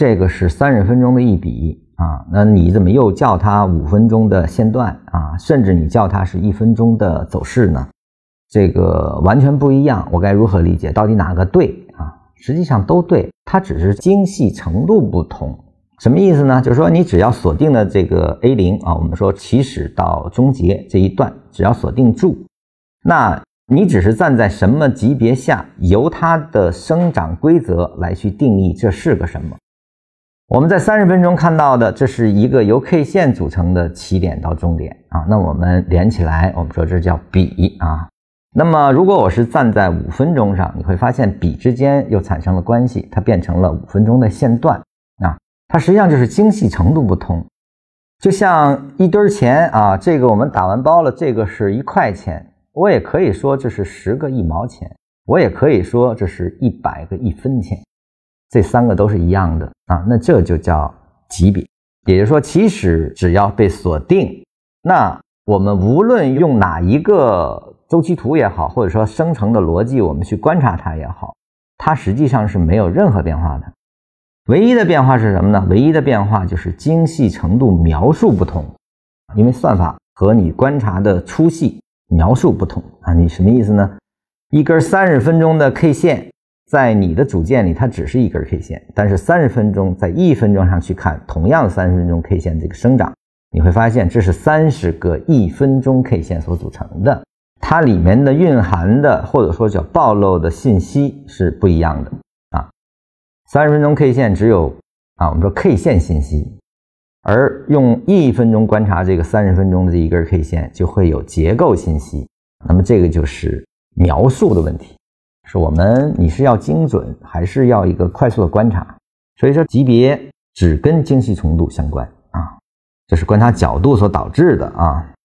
这个是30分钟的一笔啊，那你怎么又叫它5分钟的线段啊，甚至你叫它是1分钟的走势呢？这个完全不一样，我该如何理解？到底哪个对啊？实际上都对，它只是精细程度不同。什么意思呢？就是说你只要锁定了这个 A0啊，我们说起始到终结这一段，只要锁定住，那你只是站在什么级别下，由它的生长规则来去定义这是个什么。我们在30分钟看到的，这是一个由 K 线组成的起点到终点啊，那我们连起来，我们说这叫笔啊。那么如果我是站在5分钟上，你会发现笔之间又产生了关系，它变成了5分钟的线段啊，它实际上就是精细程度不同。就像一堆钱啊，这个我们打完包了，这个是1块钱，我也可以说这是10个1毛钱，我也可以说这是100个1分钱，这3个都是一样的啊，那这就叫级别。也就是说，起始只要被锁定，那我们无论用哪一个周期图也好，或者说生成的逻辑我们去观察它也好，它实际上是没有任何变化的。唯一的变化是什么呢？唯一的变化就是精细程度描述不同，因为算法和你观察的粗细描述不同啊。你什么意思呢？一根30分钟的 K 线在你的组件里它只是一根 K 线，但是30分钟在1分钟上去看同样30分钟 K 线这个生长，你会发现这是30个1分钟 K 线所组成的，它里面的蕴含的或者说叫暴露的信息是不一样的啊。30分钟 K 线只有我们说 K 线信息，而用1分钟观察这个30分钟的这一根 K 线就会有结构信息，那么这个就是描述的问题，是你是要精准还是要一个快速的观察。所以说级别只跟精细程度相关啊，这是观察角度所导致的啊。